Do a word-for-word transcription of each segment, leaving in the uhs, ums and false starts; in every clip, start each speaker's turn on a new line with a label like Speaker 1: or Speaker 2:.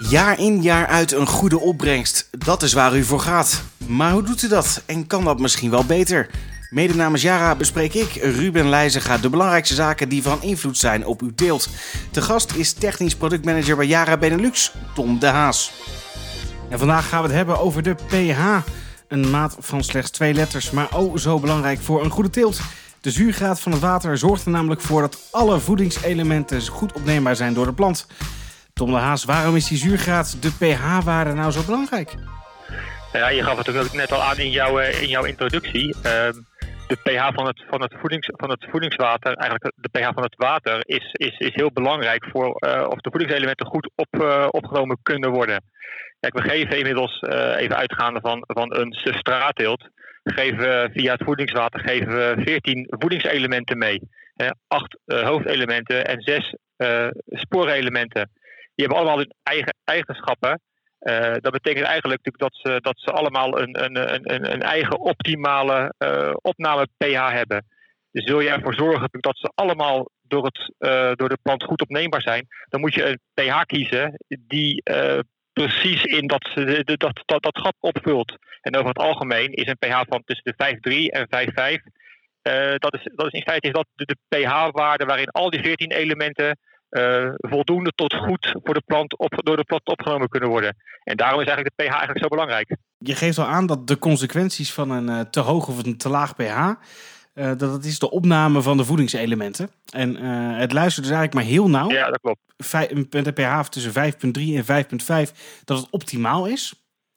Speaker 1: Jaar in jaar uit een goede opbrengst, dat is waar u voor gaat. Maar hoe doet u dat en kan dat misschien wel beter? Mede namens Yara bespreek ik, Ruben Leijzega, de belangrijkste zaken die van invloed zijn op uw teelt. Te gast is technisch productmanager bij Yara Benelux, Tom de Haas. En vandaag gaan we het hebben over de pH. Een maat van slechts twee letters, maar oh zo belangrijk voor een goede teelt. De zuurgraad van het water zorgt er namelijk voor dat alle voedingselementen goed opneembaar zijn door de plant. Tom de Haas, waarom is die zuurgraad, de pH-waarde, nou zo belangrijk?
Speaker 2: Ja, je gaf het ook net al aan in jouw, in jouw introductie. Uh, de pH van het, van, het voedings, van het voedingswater, eigenlijk de pH van het water, is, is, is heel belangrijk voor uh, of de voedingselementen goed op, uh, opgenomen kunnen worden. Kijk, we geven inmiddels, uh, even uitgaande van, van een substraatteelt, geven we via het voedingswater geven we veertien voedingselementen mee. Hè, acht uh, hoofdelementen en zes uh, sporenelementen. Die hebben allemaal hun eigen eigenschappen. Uh, dat betekent eigenlijk dat ze, dat ze allemaal een, een, een, een eigen optimale uh, opname-pH hebben. Dus wil je ervoor zorgen dat ze allemaal door, het, uh, door de plant goed opneembaar zijn, dan moet je een pH kiezen die uh, precies in dat, dat, dat, dat gat opvult. En over het algemeen is een pH van tussen de vijf komma drie en vijf komma vijf. Uh, dat, is, dat is in feite is dat de, de pH-waarde waarin al die veertien elementen Uh, voldoende tot goed voor de plant op, door de plant opgenomen kunnen worden. En daarom is eigenlijk de pH eigenlijk zo belangrijk.
Speaker 1: Je geeft al aan dat de consequenties van een uh, te hoog of een te laag pH, uh, dat het is de opname van de voedingselementen. En uh, het luistert dus eigenlijk maar heel nauw.
Speaker 2: Ja, dat klopt.
Speaker 1: Vij- met een pH tussen vijf komma drie en vijf komma vijf, dat het optimaal is.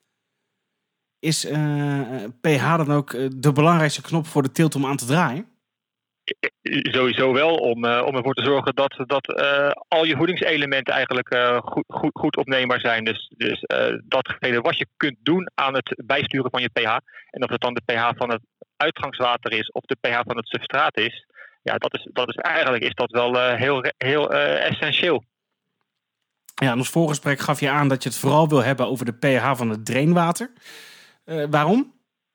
Speaker 1: Is uh, pH dan ook uh, de belangrijkste knop voor de teelt om aan te draaien?
Speaker 2: Sowieso wel, om, uh, om ervoor te zorgen dat, dat uh, al je voedingselementen eigenlijk uh, goed, goed, goed opneembaar zijn. Dus, dus uh, datgene wat je kunt doen aan het bijsturen van je pH. En of het dan de pH van het uitgangswater is of de pH van het substraat is. Ja, dat is, dat is eigenlijk is dat wel uh, heel, heel uh, essentieel.
Speaker 1: Ja, in ons voorgesprek gaf je aan dat je het vooral wil hebben over de pH van het drainwater. Uh, waarom?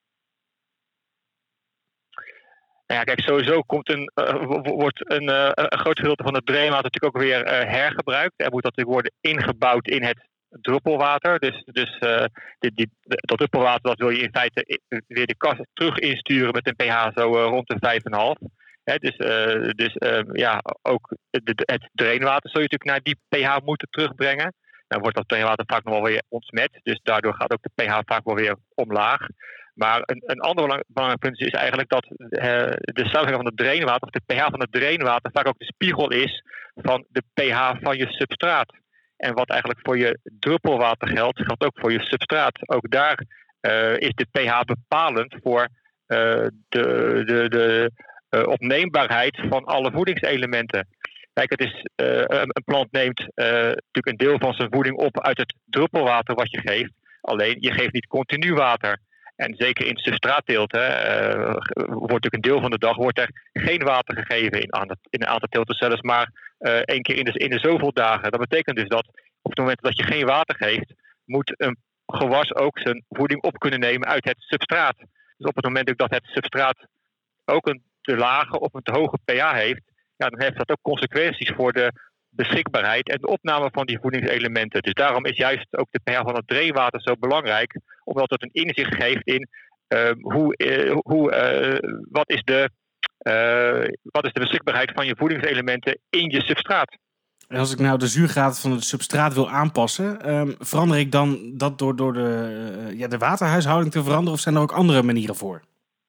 Speaker 2: Nou ja, kijk, sowieso komt een, uh, wordt een, uh, een groot gedeelte van het drainwater natuurlijk ook weer uh, hergebruikt. Er moet dat natuurlijk worden ingebouwd in het druppelwater. Dus, dus uh, die, die, dat druppelwater dat wil je in feite weer de kast terug insturen met een pH zo uh, rond de vijf komma vijf. Hè, dus uh, dus uh, ja, ook de, het drainwater zul je natuurlijk naar die pH moeten terugbrengen. Dan wordt dat drainwater vaak nog wel weer ontsmet. Dus daardoor gaat ook de pH vaak wel weer omlaag. Maar een, een ander belang, belangrijk punt is eigenlijk dat uh, de samenstelling van het drainwater, of de pH van het drainwater, vaak ook de spiegel is van de pH van je substraat. En wat eigenlijk voor je druppelwater geldt, geldt ook voor je substraat. Ook daar uh, is de pH bepalend voor uh, de, de, de uh, opneembaarheid van alle voedingselementen. Kijk, het is, uh, een, een plant neemt uh, natuurlijk een deel van zijn voeding op uit het druppelwater wat je geeft. Alleen, je geeft niet continu water. En zeker in substraatteelt uh, wordt natuurlijk een deel van de dag wordt er geen water gegeven in, aan het, in een aantal teelten zelfs maar uh, één keer in de, in de zoveel dagen. Dat betekent dus dat op het moment dat je geen water geeft, moet een gewas ook zijn voeding op kunnen nemen uit het substraat. Dus op het moment dat het substraat ook een te lage of een te hoge pH heeft, ja, dan heeft dat ook consequenties voor de beschikbaarheid en de opname van die voedingselementen. Dus daarom is juist ook de pH van het drainwater zo belangrijk, omdat het een inzicht geeft in uh, hoe, uh, hoe, uh, wat, is de, uh, wat is de beschikbaarheid van je voedingselementen in je substraat.
Speaker 1: En als ik nou de zuurgraad van het substraat wil aanpassen, um, verander ik dan dat door, door de, uh, ja, de waterhuishouding te veranderen, of zijn er ook andere manieren voor?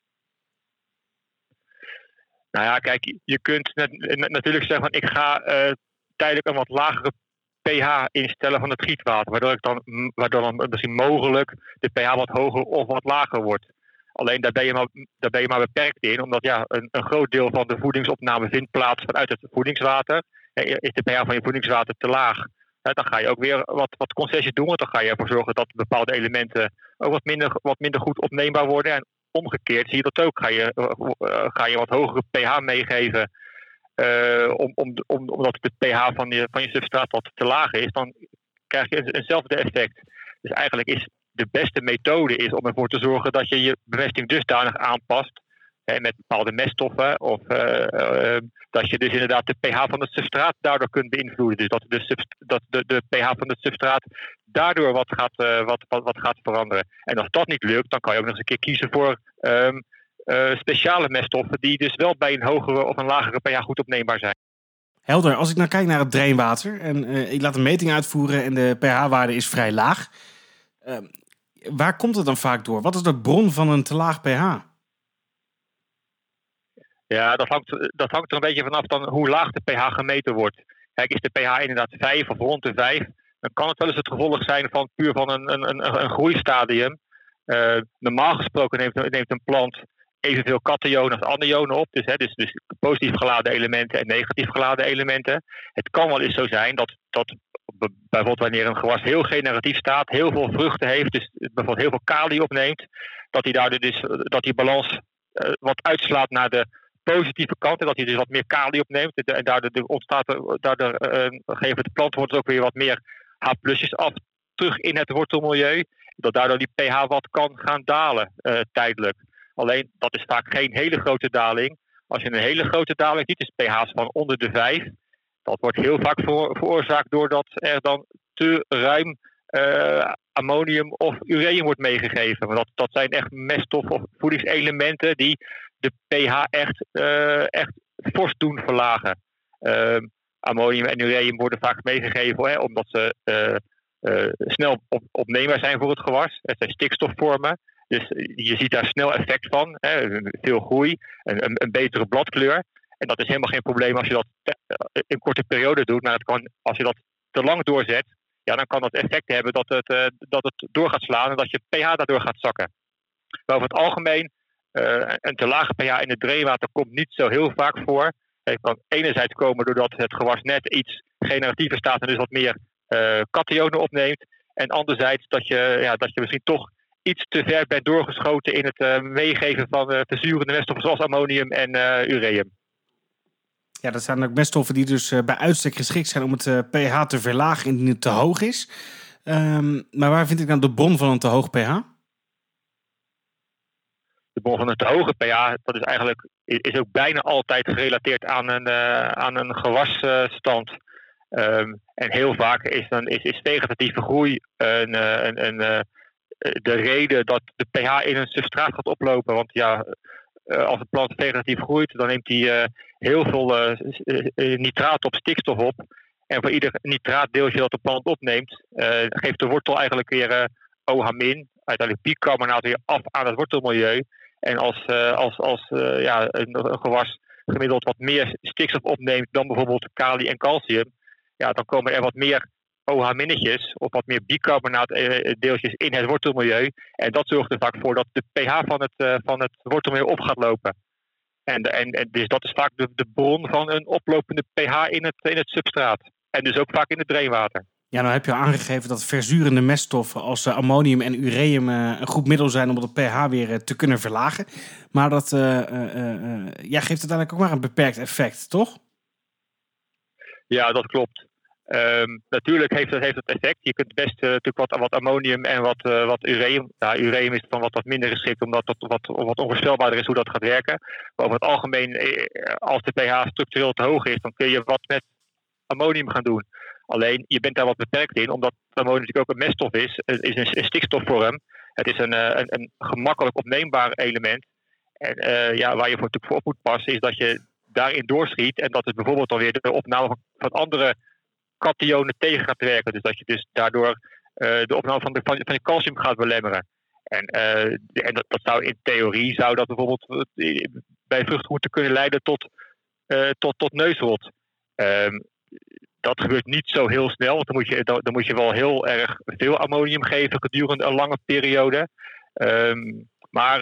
Speaker 2: Nou ja, kijk, je kunt net, natuurlijk zeggen van ik ga uh, tijdelijk een wat lagere pH instellen van het gietwater, waardoor, ik dan, waardoor dan misschien mogelijk de pH wat hoger of wat lager wordt. Alleen daar ben je maar, daar ben je maar beperkt in, omdat ja, een, een groot deel van de voedingsopname vindt plaats vanuit het voedingswater. Is de pH van je voedingswater te laag, dan ga je ook weer wat, wat concessies doen, want dan ga je ervoor zorgen dat bepaalde elementen ook wat minder, wat minder goed opneembaar worden. En omgekeerd zie je dat ook. Ga je, uh, ga je wat hogere pH meegeven, uh, om, om, om, omdat de pH van je, van je substraat wat te laag is, dan krijg je een, eenzelfde effect. Dus eigenlijk is de beste methode is om ervoor te zorgen dat je je bemesting dusdanig aanpast hè, met bepaalde meststoffen. Of uh, uh, dat je dus inderdaad de pH van het substraat daardoor kunt beïnvloeden. Dus dat de, subst- dat de, de pH van het substraat daardoor wat gaat, uh, wat, wat, wat gaat veranderen. En als dat niet lukt, dan kan je ook nog eens een keer kiezen voor um, uh, speciale meststoffen die dus wel bij een hogere of een lagere pH goed opneembaar zijn.
Speaker 1: Helder, als ik nou kijk naar het drainwater en uh, ik laat een meting uitvoeren en de pH-waarde is vrij laag. Uh, waar komt het dan vaak door? Wat is de bron van een te laag pH?
Speaker 2: Ja, dat hangt, dat hangt er een beetje vanaf dan hoe laag de pH gemeten wordt. Kijk, is de pH inderdaad vijf of rond de vijf, dan kan het wel eens het gevolg zijn van puur van een, een, een, een groeistadium. Uh, normaal gesproken neemt, neemt een plant evenveel kationen als anaionen op. Dus, hè, dus, dus positief geladen elementen en negatief geladen elementen. Het kan wel eens zo zijn dat, dat bijvoorbeeld wanneer een gewas heel generatief staat, heel veel vruchten heeft, dus bijvoorbeeld heel veel kali opneemt, dat die daardoor dus, dat die balans uh, wat uitslaat naar de positieve kant. En dat hij dus wat meer kali opneemt. En daardoor ontstaat er, daardoor uh, geven de planten ook weer wat meer H-plusjes af terug in het wortelmilieu. Dat daardoor die pH wat kan gaan dalen uh, tijdelijk. Alleen, dat is vaak geen hele grote daling. Als je een hele grote daling ziet, is pH's van onder de vijf. Dat wordt heel vaak voor, veroorzaakt doordat er dan te ruim uh, ammonium of ureum wordt meegegeven. Want dat, dat zijn echt meststoffen of voedingselementen die de pH echt, uh, echt fors doen verlagen. Uh, ammonium en ureum worden vaak meegegeven hè, omdat ze uh, uh, snel op, opneembaar zijn voor het gewas. Het zijn stikstofvormen. Dus je ziet daar snel effect van. Hè, veel groei, een, een, een betere bladkleur. En dat is helemaal geen probleem als je dat in een korte periode doet. Maar het kan, als je dat te lang doorzet, ja, dan kan dat effect hebben dat het, uh, dat het door gaat slaan en dat je pH daardoor gaat zakken. Maar over het algemeen, uh, een te lage pH in het drainwater komt niet zo heel vaak voor. Het kan enerzijds komen doordat het gewas net iets generatiever staat en dus wat meer uh, kationen opneemt. En anderzijds dat je, ja, dat je misschien toch iets te ver bent doorgeschoten in het uh, meegeven van uh, verzurende meststoffen zoals ammonium en uh, ureum.
Speaker 1: Ja, dat zijn ook meststoffen die dus uh, bij uitstek geschikt zijn om het uh, pH te verlagen indien het te hoog is. Um, maar waar vind ik dan de bron van een te hoog pH?
Speaker 2: De bron van een te hoge pH, dat is eigenlijk is ook bijna altijd gerelateerd aan een, uh, aan een gewasstand. Um, en heel vaak is, dan, is, is vegetatieve groei een, uh, een, een, uh, de reden dat de pH in een substraat gaat oplopen. Want ja, uh, als een plant vegetatief groeit, dan neemt hij uh, heel veel uh, uh, nitraat op stikstof op. En voor ieder nitraatdeeltje dat de plant opneemt, uh, geeft de wortel eigenlijk weer uh, O H min, uiteindelijk bicarbonaat weer af aan het wortelmilieu. En als, uh, als, als uh, ja, een, een gewas gemiddeld wat meer stikstof opneemt dan bijvoorbeeld kali en calcium, ja, dan komen er wat meer O H minnetjes of wat meer bicarbonaatdeeltjes in het wortelmilieu. En dat zorgt er vaak voor dat de pH van het, uh, van het wortelmilieu op gaat lopen. En, en, en dus dat is vaak de, de bron van een oplopende pH in het, in het substraat. En dus ook vaak in het drainwater.
Speaker 1: Ja, nou heb je al aangegeven dat verzurende meststoffen als uh, ammonium en ureum uh, een goed middel zijn om het pH weer uh, te kunnen verlagen. Maar dat uh, uh, uh, ja, geeft uiteindelijk ook maar een beperkt effect, toch?
Speaker 2: Ja, dat klopt. Um, natuurlijk heeft het, heeft het effect. Je kunt best uh, natuurlijk wat, wat ammonium en wat, uh, wat ureum. Ja, ureum is dan wat, wat minder geschikt, omdat het wat, wat onvoorspelbaarder is hoe dat gaat werken. Maar over het algemeen, als de pH structureel te hoog is, dan kun je wat met ammonium gaan doen. Alleen, je bent daar wat beperkt in, omdat ammonium natuurlijk ook een meststof is. Het is een, een stikstofvorm. Het is een, een, een gemakkelijk opneembaar element. En uh, ja, waar je voor, voor op moet passen, is dat je daarin doorschiet en dat het bijvoorbeeld alweer de opname van, van andere kationen tegen gaat werken. Dus dat je dus daardoor uh, de opname van de, van, van je calcium gaat belemmeren. En, uh, en dat, dat zou in theorie zou dat bijvoorbeeld bij vruchtgroenten kunnen leiden tot, uh, tot, tot neusrot. Um, dat gebeurt niet zo heel snel, want dan moet je, dan, dan moet je wel heel erg veel ammonium geven gedurende een lange periode. Um, maar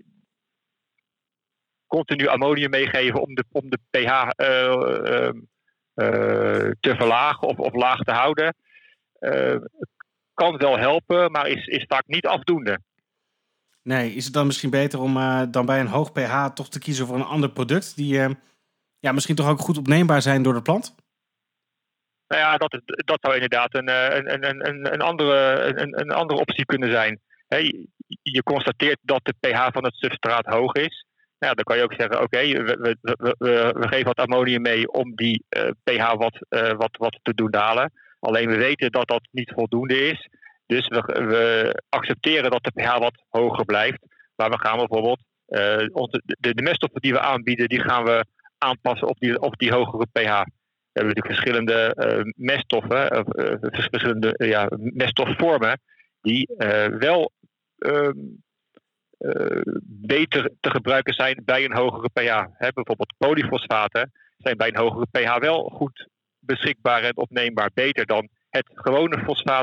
Speaker 2: continu ammonium meegeven om de, om de pH uh, uh, uh, te verlagen of, of laag te houden, uh, kan wel helpen, maar is, is vaak niet afdoende.
Speaker 1: Nee, is het dan misschien beter om uh, dan bij een hoog pH toch te kiezen voor een ander product die uh, ja, misschien toch ook goed opneembaar zijn door de plant?
Speaker 2: Nou ja, dat, dat zou inderdaad een, een, een, een, een, andere, een, een andere optie kunnen zijn. He, je constateert dat de pH van het substraat hoog is. Nou ja, dan kan je ook zeggen, oké, okay, we, we, we, we geven wat ammonium mee om die uh, pH wat, uh, wat, wat te doen dalen. Alleen we weten dat dat niet voldoende is. Dus we, we accepteren dat de pH wat hoger blijft. Maar we gaan bijvoorbeeld uh, onze, de, de meststoffen die we aanbieden, die gaan we aanpassen op die, op die hogere pH. We hebben natuurlijk verschillende uh, meststoffen, uh, verschillende uh, ja, meststofvormen, die uh, wel uh, uh, beter te gebruiken zijn bij een hogere pH. Hè, bijvoorbeeld polyfosfaten zijn bij een hogere pH wel goed beschikbaar en opneembaar, beter dan het gewone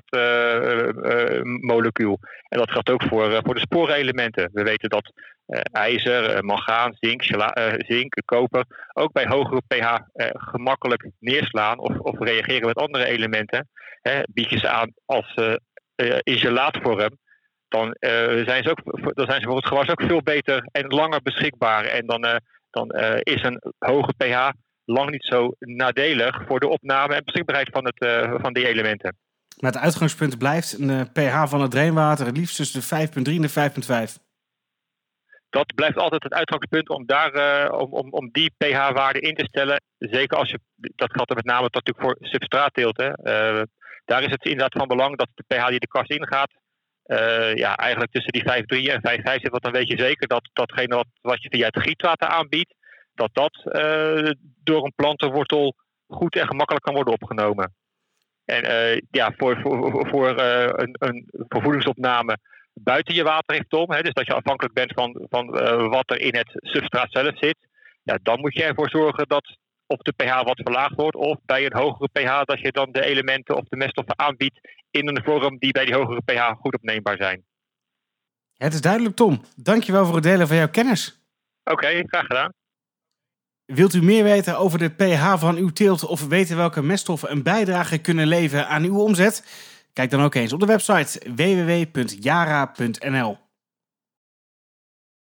Speaker 2: fosfaatmolecuul. Uh, uh, en dat geldt ook voor, uh, voor de sporenelementen. We weten dat uh, ijzer, uh, mangaan, zink, sla, uh, zink, koper ook bij hogere pH uh, gemakkelijk neerslaan of, of reageren met andere elementen. Hè, bied je ze aan als uh, uh, in gelaatvorm, dan, uh, zijn ze ook, dan zijn ze voor het gewas ook veel beter en langer beschikbaar. En dan, uh, dan uh, is een hoge pH lang niet zo nadelig voor de opname en beschikbaarheid van, het, uh, van die elementen.
Speaker 1: Maar het uitgangspunt blijft een uh, pH van het drainwater het liefst tussen de vijf komma drie en de vijf komma vijf.
Speaker 2: Dat blijft altijd het uitgangspunt om, daar, uh, om, om, om die pH-waarde in te stellen. Zeker als je, dat geldt met name natuurlijk voor substraatteelten. Uh, daar is het inderdaad van belang dat de pH die de kast ingaat, uh, ja, eigenlijk tussen die vijf komma drie en vijf komma vijf zit. Want dan weet je zeker dat datgene wat, wat je via het gietwater aanbiedt, dat dat uh, door een plantenwortel goed en gemakkelijk kan worden opgenomen. En uh, ja, voor, voor, voor, uh, een, een, voor voedingsopname buiten je water heeft om, hè, dus dat je afhankelijk bent van, van uh, wat er in het substraat zelf zit, ja, dan moet je ervoor zorgen dat of de pH wat verlaagd wordt, of bij een hogere pH dat je dan de elementen of de meststoffen aanbiedt in een vorm die bij die hogere pH goed opneembaar zijn.
Speaker 1: Het is duidelijk, Tom. Dankjewel voor het delen van jouw kennis.
Speaker 2: Oké, okay, graag gedaan.
Speaker 1: Wilt u meer weten over de pH van uw teelt of weten welke meststoffen een bijdrage kunnen leveren aan uw omzet? Kijk dan ook eens op de website w w w punt jara punt n l.